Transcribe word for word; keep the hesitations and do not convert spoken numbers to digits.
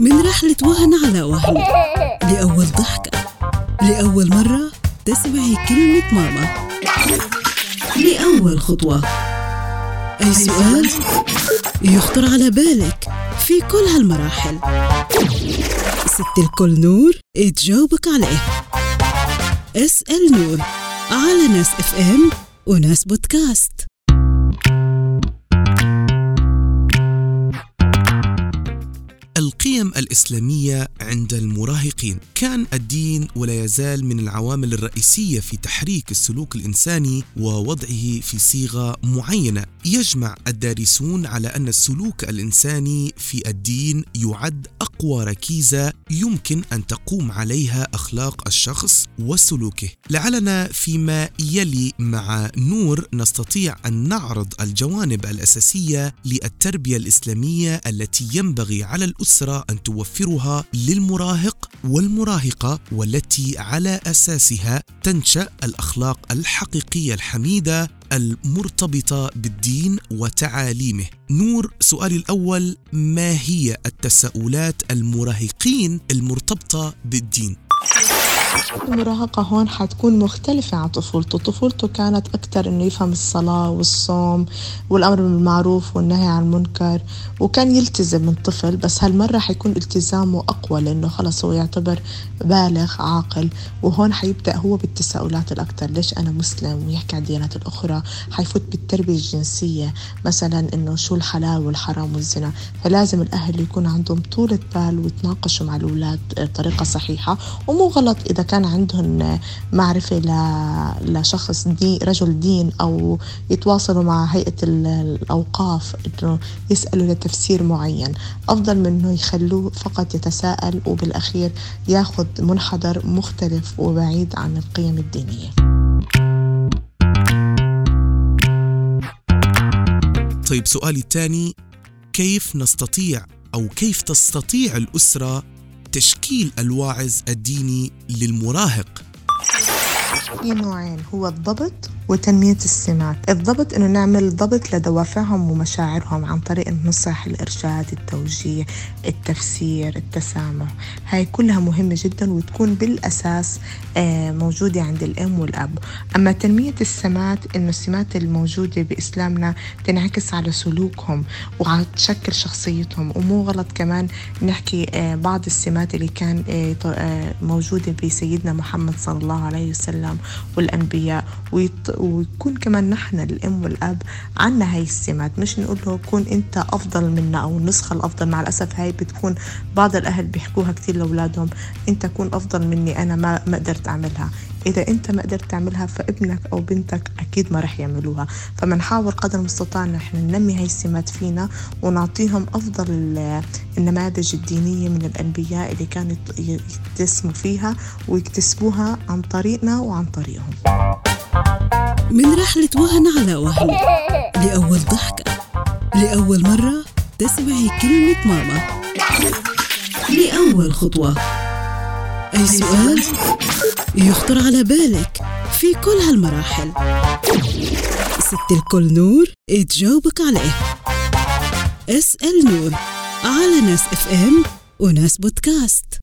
من رحلة وهن على وهن، لأول ضحكة، لأول مرة تسمعي كلمة ماما، لأول خطوة، أي سؤال يخطر على بالك في كل هالمراحل ست الكل نور تجاوبك عليه. اسأل نور على ناس اف ام وناس بودكاست. القيم الإسلامية عند المراهقين. كان الدين ولا يزال من العوامل الرئيسية في تحريك السلوك الإنساني ووضعه في صيغة معينة. يجمع الدارسون على أن السلوك الإنساني في الدين يعد أقوى ركيزة يمكن أن تقوم عليها أخلاق الشخص وسلوكه. لعلنا فيما يلي مع نور نستطيع أن نعرض الجوانب الأساسية للتربية الإسلامية التي ينبغي على الأسرة أن توفرها للمراهق والمراهقة، والتي على أساسها تنشأ الأخلاق الحقيقية الحميدة المرتبطة بالدين وتعاليمه. نور، سؤالي الأول: ما هي التساؤلات المراهقين المرتبطة بالدين؟ المراهقة هون حتكون مختلفة عن طفولته. طفولته كانت أكتر إنه يفهم الصلاة والصوم والأمر بالمعروف والنهي عن المنكر، وكان يلتزم من طفل. بس هالمرة حيكون التزامه أقوى لأنه خلص هو يعتبر بالغ عاقل، وهون حيبدأ هو بالتساؤلات الأكتر: ليش أنا مسلم؟ ويحكي عن الديانات الأخرى. حيفوت بالتربية الجنسية، مثلا إنه شو الحلال والحرام والزنا. فلازم الأهل يكون عندهم طولة بال ويتناقشوا مع الأولاد بطريقة صحيحة. ومو غلط إذا كان عندهم معرفة لشخص دين، رجل دين، أو يتواصلوا مع هيئة الأوقاف إنه يسألوا لتفسير معين، أفضل من إنه يخلوه فقط يتساءل وبالأخير ياخد منحدر مختلف وبعيد عن القيم الدينية. طيب، سؤالي الثاني: كيف نستطيع أو كيف تستطيع الأسرة تشكيل الواعظ الديني للمراهق؟ في نوعين، هو الضبط وتنمية السمات. الضبط إنه نعمل ضبط لدوافعهم ومشاعرهم عن طريق النصح، الإرشاد، التوجيه، التفسير، التسامح. هاي كلها مهمة جدا وتكون بالأساس موجودة عند الأم والأب. أما تنمية السمات، إنه السمات الموجودة بإسلامنا تنعكس على سلوكهم وتشكل شخصيتهم. ومو غلط كمان نحكي بعض السمات اللي كان موجودة بسيدنا محمد صلى الله عليه وسلم والأنبياء، ويكون كمان نحن الأم والأب عنا هاي السمات. مش نقول له كون أنت أفضل منا أو النسخة الأفضل. مع الأسف هاي بتكون بعض الأهل بيحكوها كتير لأولادهم: أنت كون أفضل مني، أنا ما ما قدرت أعملها. إذا أنت ما قدرت تعملها فابنك أو بنتك أكيد ما رح يعملوا. فمنحاول قدر المستطاع إن إحنا ننمي هاي السمات فينا ونعطيهم أفضل النماذج الدينية من الأنبياء اللي كانوا يتسموا فيها ويكتسبوها عن طريقنا وعن طريقهم. من رحلة وهن على وهن، لأول ضحكة، لأول مرة تسمعي كلمة ماما، لأول خطوة، أي سؤال يخطر على بالك في كل هالمراحل ست الكل نور تجاوبك عليه. اسأل نور على ناس اف ام وناس بودكاست.